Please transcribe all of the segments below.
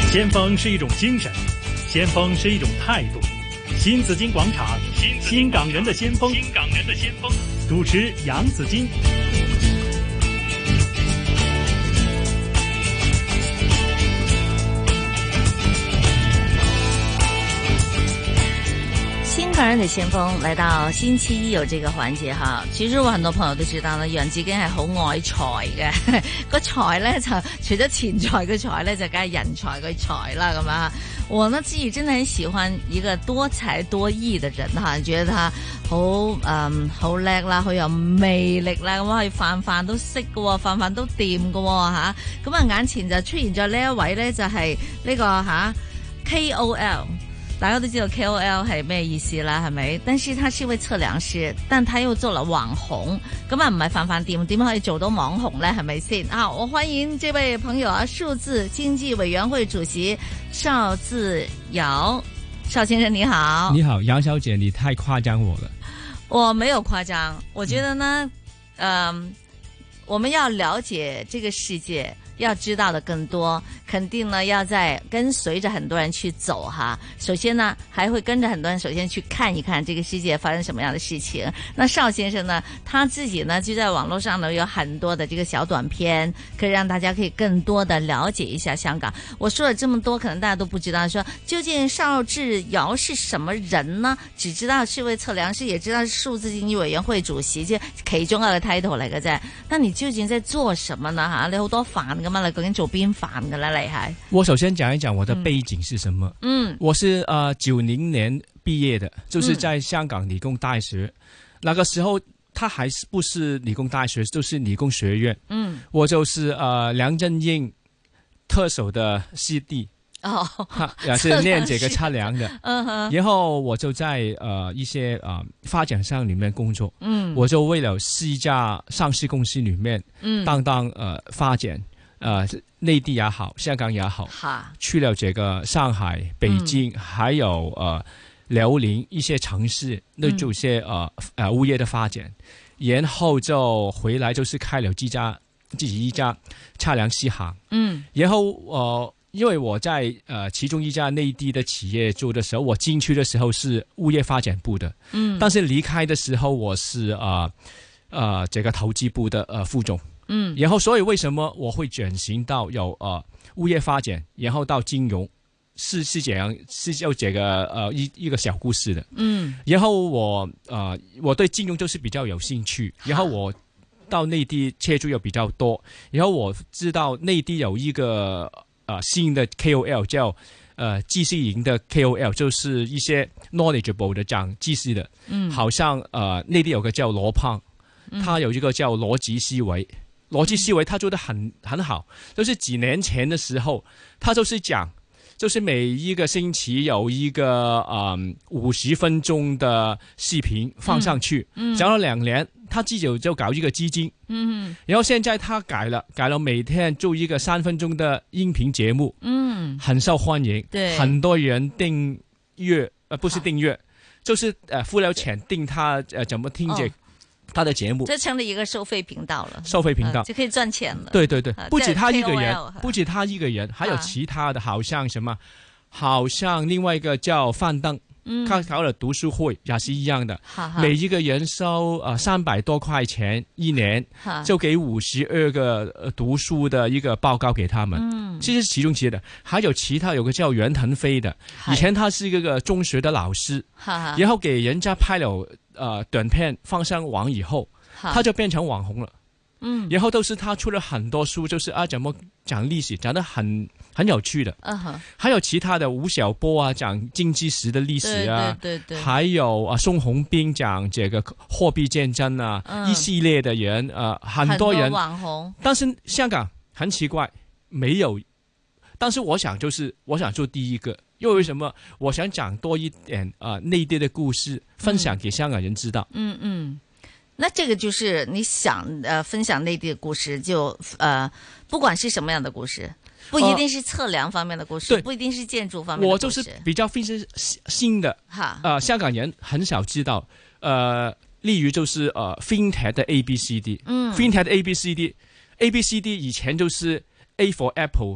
先锋是一种精神，先锋是一种态度。新紫金广场，新港人的先锋，主持杨紫金。 新港人的先鋒嚟到星期一有這個環節哈，其實我很多朋友都知道啦，楊紫金係好愛財嘅，個財咧就除咗錢財嘅財咧，就梗係人才嘅財啦咁啊。我呢自己真的很喜歡一個多才多藝的人哈，覺得他好叻啦，好有魅力啦，咁可以飯飯都識嘅，飯飯都掂嘅吓。咁啊眼前就出現咗呢一位咧，就係呢個吓 KOL。大家都知道 KOL 係咩意思啦，係咪？但是他是一位測量師，但他又做了網紅，咁啊唔係飯飯店，點可以做到網紅呢？係咪先？啊，我歡迎這位朋友啊，數字經濟委員會主席邵志堯，邵先生你好。 你好，楊小姐，你太誇張我了。 我沒有誇張，我覺得呢，我們要了解這個世界，要知道的更多，肯定呢要在跟隨着很多人去走哈。首先呢，還會跟着很多人首先去看一看這個世界發生什麼樣的事情。那邵先生呢，他自己呢就在網絡上呢有很多的這個小短片，可以讓大家可以更多的了解一下香港。我說了這麼多，可能大家都不知道，說究竟邵志堯是什麼人呢？只知道是位測量師，也知道是數字經濟委員會主席，即係其中一個 title 嚟嘅啫。那你究竟在做什麼呢？哈，你好多飯㗎嘛，你究竟做邊飯㗎啦？你係？ 我首先講一講我的背景是什麼。我是90年畢業的，就是在香港理工大學。那個時候，它還是不是理工大學，就是理工學院。我就是梁振英特首的師弟。也是練這個測量的。然後我就在一些發展商裏面工作。我就為了4家上市公司裏面當發展。內地也好，香港也好，去了這個上海、北京，還有遼寧一些城市，那做些物業的發展，然後就回來就是開了自己一家測量師行。然後因為我在其中一家內地的企業做的時候，我進去的時候是物業發展部的，但是離開的時候我是這個投資部的副總。然後所以為什麼我會轉型到有物業發展，然後到金融，是這樣，是有這個一個小故事的。然後我對金融就是比較有興趣，然後我到內地接觸又比較多，然後我知道內地有一個新的 KOL 叫知識型的 KOL， 就是一些 knowledgeable 的講知識的。好像內地有個叫羅胖，他有一個叫邏輯思維。邏輯思維他做得很好，就是幾年前的時候，他就是講，就是每一個星期有一個50分鐘的視頻放上去，講了2年，他自己就搞一個基金，然後現在他改了每天做一個3分鐘的音頻節目，很受歡迎，對，很多人訂閱，不是訂閱，就是付了錢訂他怎麼聽這他的節目， 這成了一個收費頻道了， 收費頻道就可以賺錢了。 對對對，不止他一個人，不止他一個人，還有其他的，好像什麼，好像另外一個叫范登，他搞了讀書會，也是一樣的，每一個人收300多塊錢一年，就給52個讀書的一個報告給他們。這是其中之一的，還有其他有個叫袁騰飛的，以前他是一個中學的老師，然後給人家拍了短片放上網以後，他就變成網紅了。然後都是他出了很多書，就是怎麼講歷史，講得很有趣的。還有其他的吳曉波啊，講經濟史的歷史啊，對，還有宋鴻兵講這個貨幣戰爭啊，一系列的人很多人網紅。但是香港很奇怪，沒有。但是我想做第一個，因為什麼？我想講多一點內地的故事，分享給香港人知道。 那這個就是你想分享內地的故事，就不管是什麼樣的故事，不一定是測量方面的故事，不一定是建築方面的故事。 我就是比較分析新的，香港人很少知道，例如就是FinTech 的 ABCD，FinTech 的 ABCD 以前就是 A for Apple。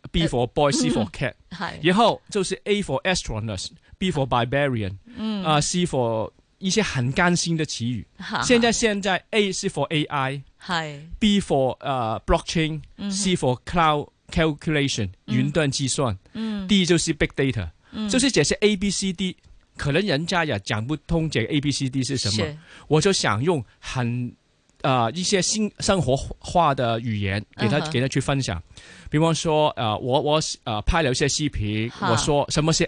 B for boy, C for cat，然後就是 A for astronaut，B for barbarian，C for 一些很艱辛的詞語。現在 A 是 for AI，B for blockchain，C for cloud calculation，雲端計算，D 就是 big data，就是這些 A、B、C、D， 可能人家也講不通這個 A、B、C、D 是什麼，我就想用一些生活化的語言給他去分享。比方說我拍了一些視頻，我說什麼是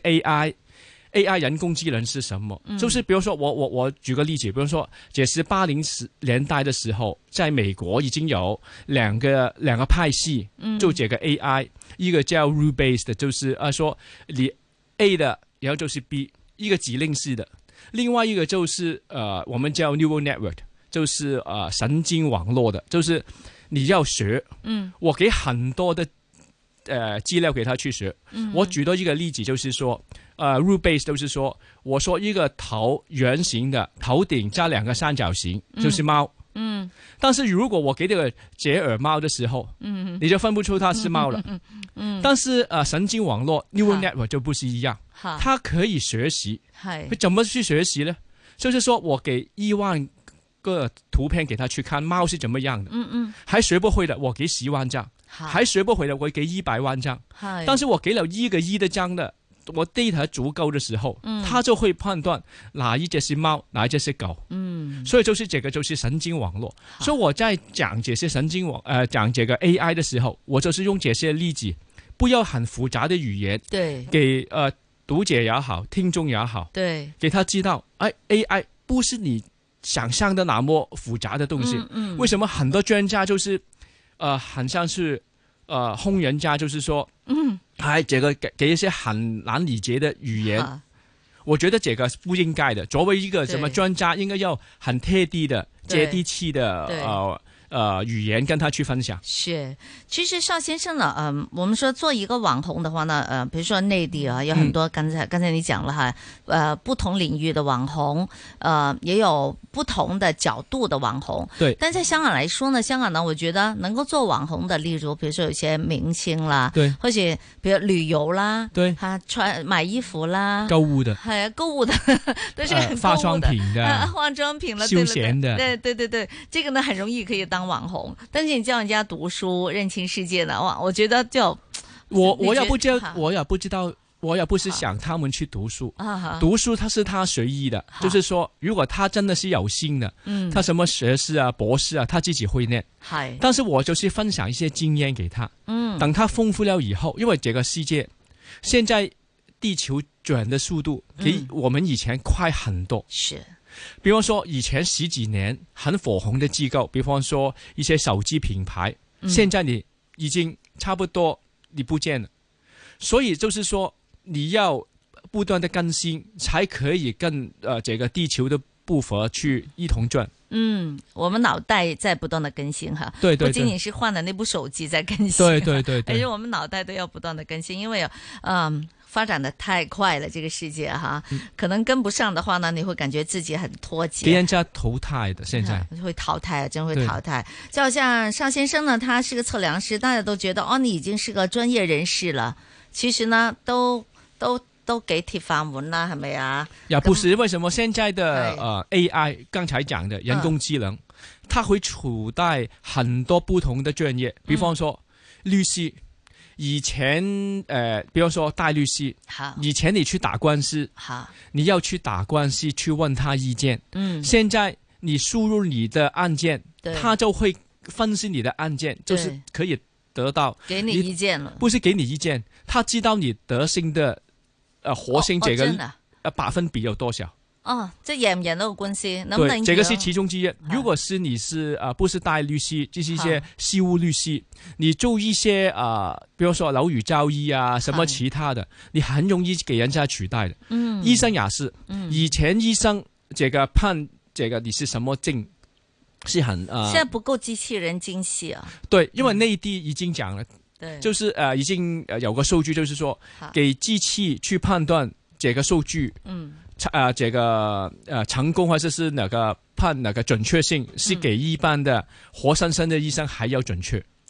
AI 人工智能是什麼？就是比如說我舉個例子，比如說這是80年代的時候，在美國已經有兩個派系做這個 AI，一個叫 rule based 的，就是說你 A 的，然後就是 B， 一個指令式的；另外一個就是我們叫 neural network， 就是神經網絡的，就是你要學，我給很多的資料給他去學。我舉多一個例子，就是說rule base 就是說，我說一個圓形的頭頂加兩個三角形就是貓。但是如果我給這個折耳貓的時候，你就分不出它是貓了。但是神經網絡 neural network 就不是一樣，它可以學習。它怎麼去學習呢？就是說我給1萬個圖片給他去看貓是怎麼樣的，還學不會的我給10萬張，還學不會的我給100萬張。但是我給了1個1的張的，我 data 足夠的時候，他就會判斷哪一隻是貓，哪一隻是狗。所以就是這個就是神經網絡。所以我在講這些講這個 AI 的時候，我就是用這些例子，不要很複雜的語言，對，給讀者也好，聽眾也好，對，給他知道，AI 不是你想象的那麼複雜的東西。為什麼很多專家就是很像是哄人家，就是說這個給一些很難理解的語言，我覺得這個不應該的。作為一個什麼專家，應該要很貼地的、接地氣的語言跟他去分享。是， 其實邵先生呢，我們說做一個網紅的話呢，比如說內地啊，有很多剛才你講了哈，不同領域的網紅，也有不同的角度的網紅。對。但在香港來說呢，香港呢，我覺得能夠做網紅的，例如，比如說有些明星啦，對，或者比如旅遊啦，對，買衣服啦，購物的，係啊，購物的都是很化妝品的， 化妝品了， 休閒的， 對，這個呢很容易可以當網紅，但是你叫人家讀書認清世界呢，哇，我覺得就我也不知道，我也不是想他們去讀書，讀書他是他隨意的，就是說如果他真的是有心的，他什麼學士啊、博士啊，他自己會念，但是我就是分享一些經驗給他，等他豐富了以後，因為這個世界現在地球轉的速度比我們以前快很多，是。比方說以前10幾年很火紅的機構，比方說一些手機品牌，現在你已經差不多你不見了，所以就是說你要不斷的更新，才可以跟這個地球的步伐去一同轉。 我們腦袋在不斷的更新哈，對，不僅僅是換了那部手機在更新，對，而且我們腦袋都要不斷的更新，因為發展得太快了，這個世界哈，可能跟不上的話呢，你會感覺自己很脫節，別人家淘汰的，現在會淘汰，真會淘汰。就好像邵先生呢，他是個測量師，大家都覺得你已經是個專業人士了，其實呢，都給鐵飯碗啦，係咪啊？也不是，為什麼現在的AI 剛才講的人工智能，它會取代很多不同的專業，比方說律師。以前比方說大律師，以前你去打官司，你要去打官司去問他意見，現在你輸入你的案件，他就會分析你的案件，就是可以得到給你意見了，不是給你意見，他知道你得勝的活性這個百分比有多少。這贏唔贏到個官司，能不能贏？對，這個是其中之一。如果是你是不是大律師，就是一些事務律師，你做一些比如說樓宇交易啊，什麼其他的，你很容易給人家取代的。醫生也是，以前醫生這個判這個你是什麼症，是很現在不夠機器人精細啊。對，因為內地已經講了，對，就是已經有個數據，就是說給機器去判斷這個數據，這個成功或者是那個判那個準確性，是給一般的活生生的醫生還要準確。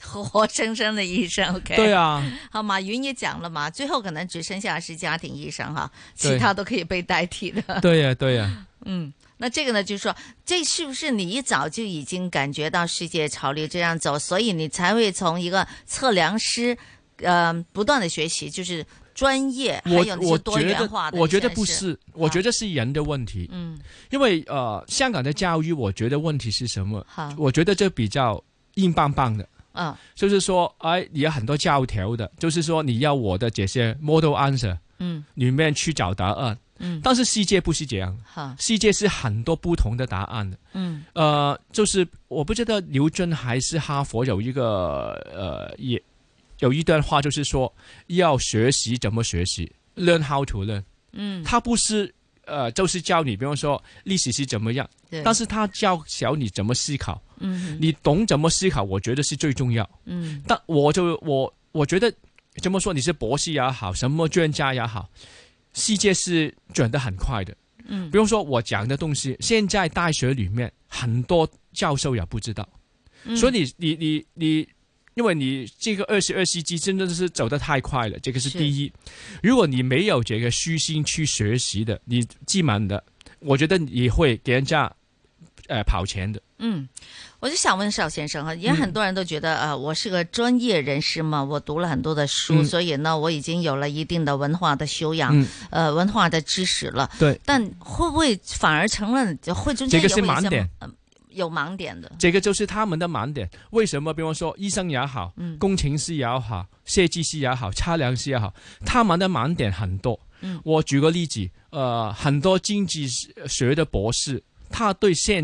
活生生的醫生 ，OK？ 對啊， 好，馬雲也講了嘛，最後可能只剩下是家庭醫生哈，其他都可以被代替的。 對啊，對啊， 那這個呢，就是說，這是不是你一早就已經感覺到世界潮流這樣走，所以你才會從一個測量師，不斷的學習，就是專業，還有那些多元化的。 我覺得不是，我覺得是人的問題。因為香港的教育，我覺得問題是什麼？我覺得這比較硬邦邦的。就是說，你有很多教條的，就是說你要我的這些 model answer，裏面去找答案。但是世界不是這樣，世界是很多不同的答案的。就是我不知道牛津還是哈佛有一個也有一段話，就是說要學習怎麼學習 ，learn how to learn。它不是就是教你，比方說歷史是怎麼樣，但是它教小你怎麼思考。你懂怎麼思考，我覺得是最重要。但我覺得怎麼說，你是博士也好，什麼專家也好。世界是轉得很快的，比如說我講的東西，現在大學裏面很多教授也不知道，所以你，因為你這個22世紀真的是走得太快了，這個是第一。如果你沒有這個虛心去學習的，你自滿的，我覺得你會給人家跑前的。 我就想問邵先生哈，也很多人都覺得我是個專業人士嘛，我讀了很多的書，所以呢，我已經有了一定的文化的修養，文化的知識了。對，但會不會反而成了會中間這個是盲點， 有盲點的。 這個就是他們的盲點。為什麼？比方說醫生也好，工程師也好，設計師也好，測量師也好，他們的盲點很多。我舉個例子，很多經濟學的博士，他對現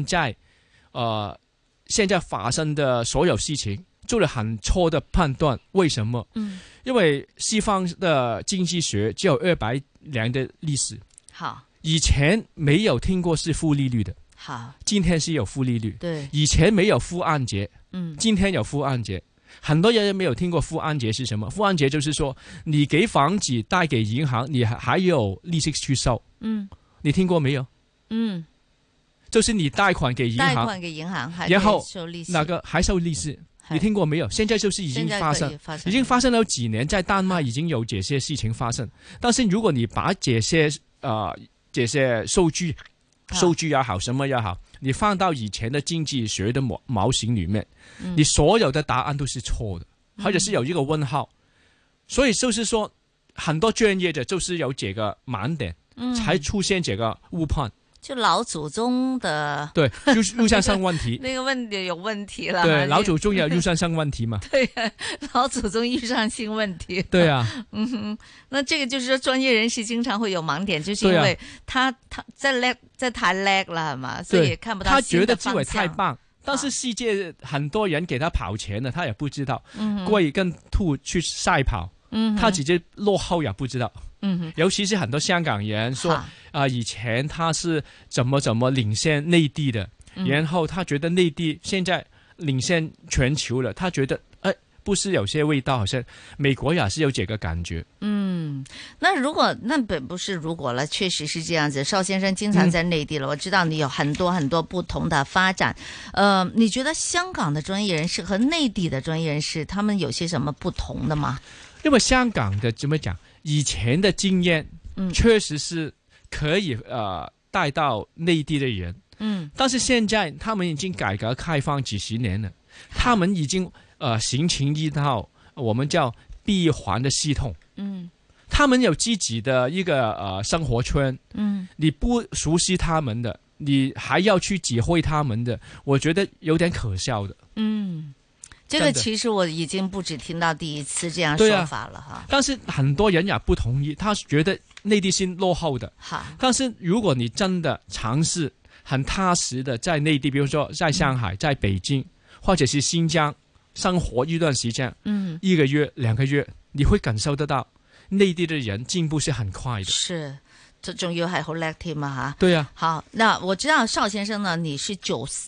在發生的所有事情做了很錯的判斷，為什麼？因為西方的經濟學只有200年的歷史，好，以前沒有聽過是負利率的，好，今天是有負利率，對，以前沒有負按揭，今天有負按揭，很多人沒有聽過負按揭是什麼？負按揭就是說，你給房子貸給銀行，你還有利息去收，你聽過沒有？就是你貸款給銀行，然後那個還收利息，你聽過沒有？現在就是已經發生了幾年，在丹麥已經有這些事情發生。但是如果你把這些數據也好，什麼也好，你放到以前的經濟學的模型裏面，你所有的答案都是錯的，或者是有一個問號。所以就是說，很多專業的就是有這個盲點，才出現這個誤判。 就老祖宗的對入山生問題， 那個問題有問題了。 對，老祖宗有入山生問題嘛？對， 老祖宗遇上新問題。 對啊， 那這個就是說，專業人士經常會有盲點，就是因為他在太叻了，係嘛，所以看不到新的方向。他覺得自己太棒，但是世界很多人給他跑前了，他也不知道，龜跟兔去賽跑，他自己落後也不知道。尤其是很多香港人說以前他是怎麼領先內地的，然後他覺得內地現在領先全球了，他覺得不是有些味道，好像美國也是有這個感覺。 那不是如果了，確實是這樣子。邵先生經常在內地了，我知道你有很多很多不同的發展。你覺得香港的專業人士和內地的專業人士，他們有些什麼不同的嗎？ 因為香港的怎麼講？以前的經驗，確實是可以帶到內地的人，但是現在他們已經改革開放幾十年了，他們已經形成一套我們叫閉環的系統，他們有自己的一個生活圈，你不熟悉他們的，你還要去指揮他們的，我覺得有點可笑的。 這個其實我已經不止聽到第一次這樣說法了哈。但是很多人也不同意，他覺得內地是落後的。但是如果你真的嘗試很踏實的在內地，比如說在上海、在北京或者是新疆生活一段時間，1個月、2個月，你會感受得到內地的人進步是很快的。 是。仲要係好叻添啊吓！ 對啊， 好，那我知道邵先生呢，你是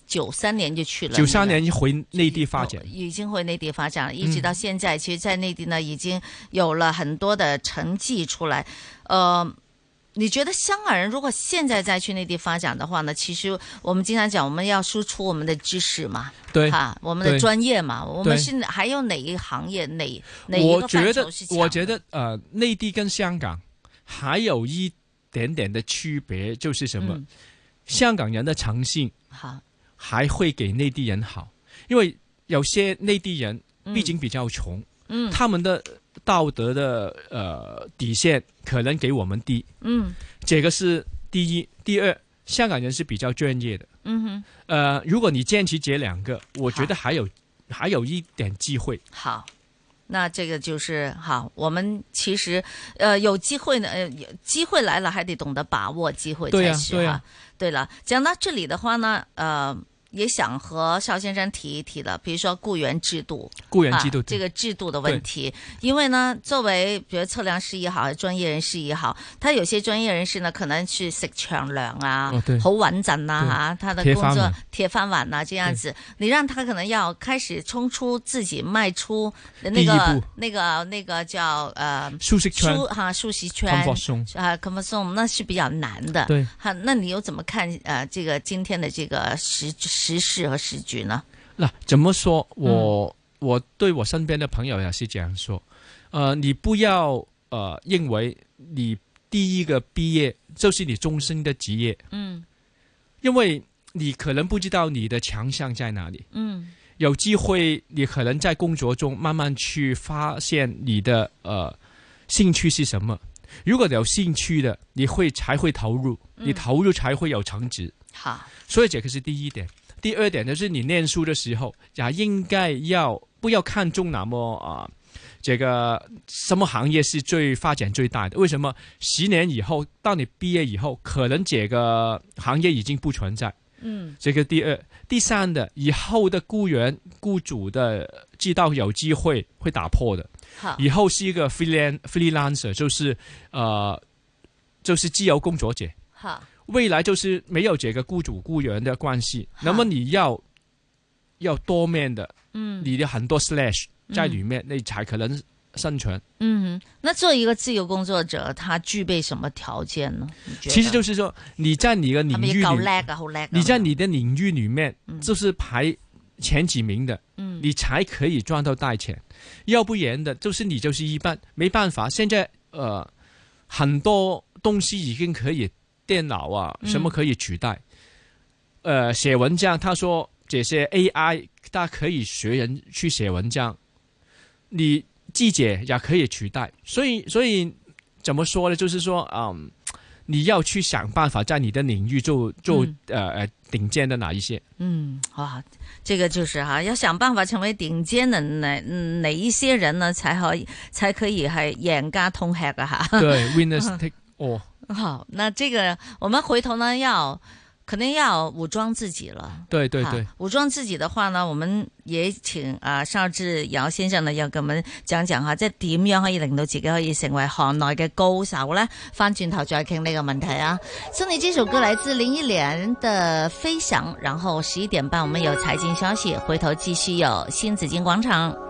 93年就去了 ，93年回內地發展， 已經回內地發展了，一直到現在，其實在內地呢已經有了很多的成績出來。 你覺得香港人如果現在再去內地發展的話呢？其實我們經常講，我們要輸出我們的知識嘛， 對， 我們的專業嘛，我們是還有哪一個行業哪一個範疇是強的？ 我覺得內地跟香港還有一點點的區別，就是什麼？香港人的誠信還會給內地人好，因為有些內地人畢竟比較窮，他們的道德的底線可能給我們低，這個是第一。第二，香港人是比較專業的，如果你堅持這兩個，我覺得還有一點機會。 好，那這個就是好。我們其實有機會呢，機會來了還得懂得把握機會才是。對啊，對了，講到這裡的話呢，也想和邵先生提一提的，比如說僱員制度，這個制度的問題。因為呢，作為比如測量師也好，專業人士也好，他有些專業人士呢，可能是食長糧啊，好穩陣啊，他的工作鐵飯碗啊，這樣子，你讓他可能要開始衝出自己，邁出那個叫舒適圈舒適圈 comfort zone 那是比較難的。對，那你又怎麼看這個今天的這個時事和時局呢？ 那怎麼說？我對我身邊的朋友也是這樣說。你不要認為你第一個畢業就是你終身的職業。因為你可能不知道你的強項在哪裡。有機會你可能在工作中慢慢去發現你的興趣是什麼。如果你有興趣的，你才會投入，你投入才會有成績。好，所以這個是第一點。第二點就是你念書的時候，也應該不要看重那麼這個什麼行業是最發展最大的？為什麼10年以後，當你畢業以後，可能這個行業已經不存在。這個第二。第三的，以後的僱主的知道有機會會打破的。以後是一個 freelancer， 就是自由工作者。未來就是沒有這個僱主僱員的關係，那麼你要多面的，你的很多 slash 在裏面，你才可能生存。 那做一個自由工作者，他具備什麼條件呢？ 其實就是說，你在你的領域裏，你在你的領域裏面，就是排前幾名的，你才可以賺到大錢。要不然的，就是你就是一般，沒辦法。現在很多東西已經可以。電腦啊，什麼可以取代？寫文章，他說這些 AI，它可以學人去寫文章，你記者也可以取代。所以怎麼說呢？就是說，你要去想辦法在你的領域做頂尖的哪一些。 哇，這個就是要想辦法成為頂尖的哪一些人呢？才可以係贏家通吃啊！ 對，winners take all。 好，那這個我們回頭呢可能要武裝自己了。對，武裝自己的話呢，我們也請邵志堯先生呢，要跟我們講講即係點樣可以令到自己可以成為行內嘅高手呢？翻轉頭再傾呢個問題啊。送你這首歌來自林憶蓮的《飛翔》，然後11點半我們有財經消息，回頭繼續有新紫荊廣場。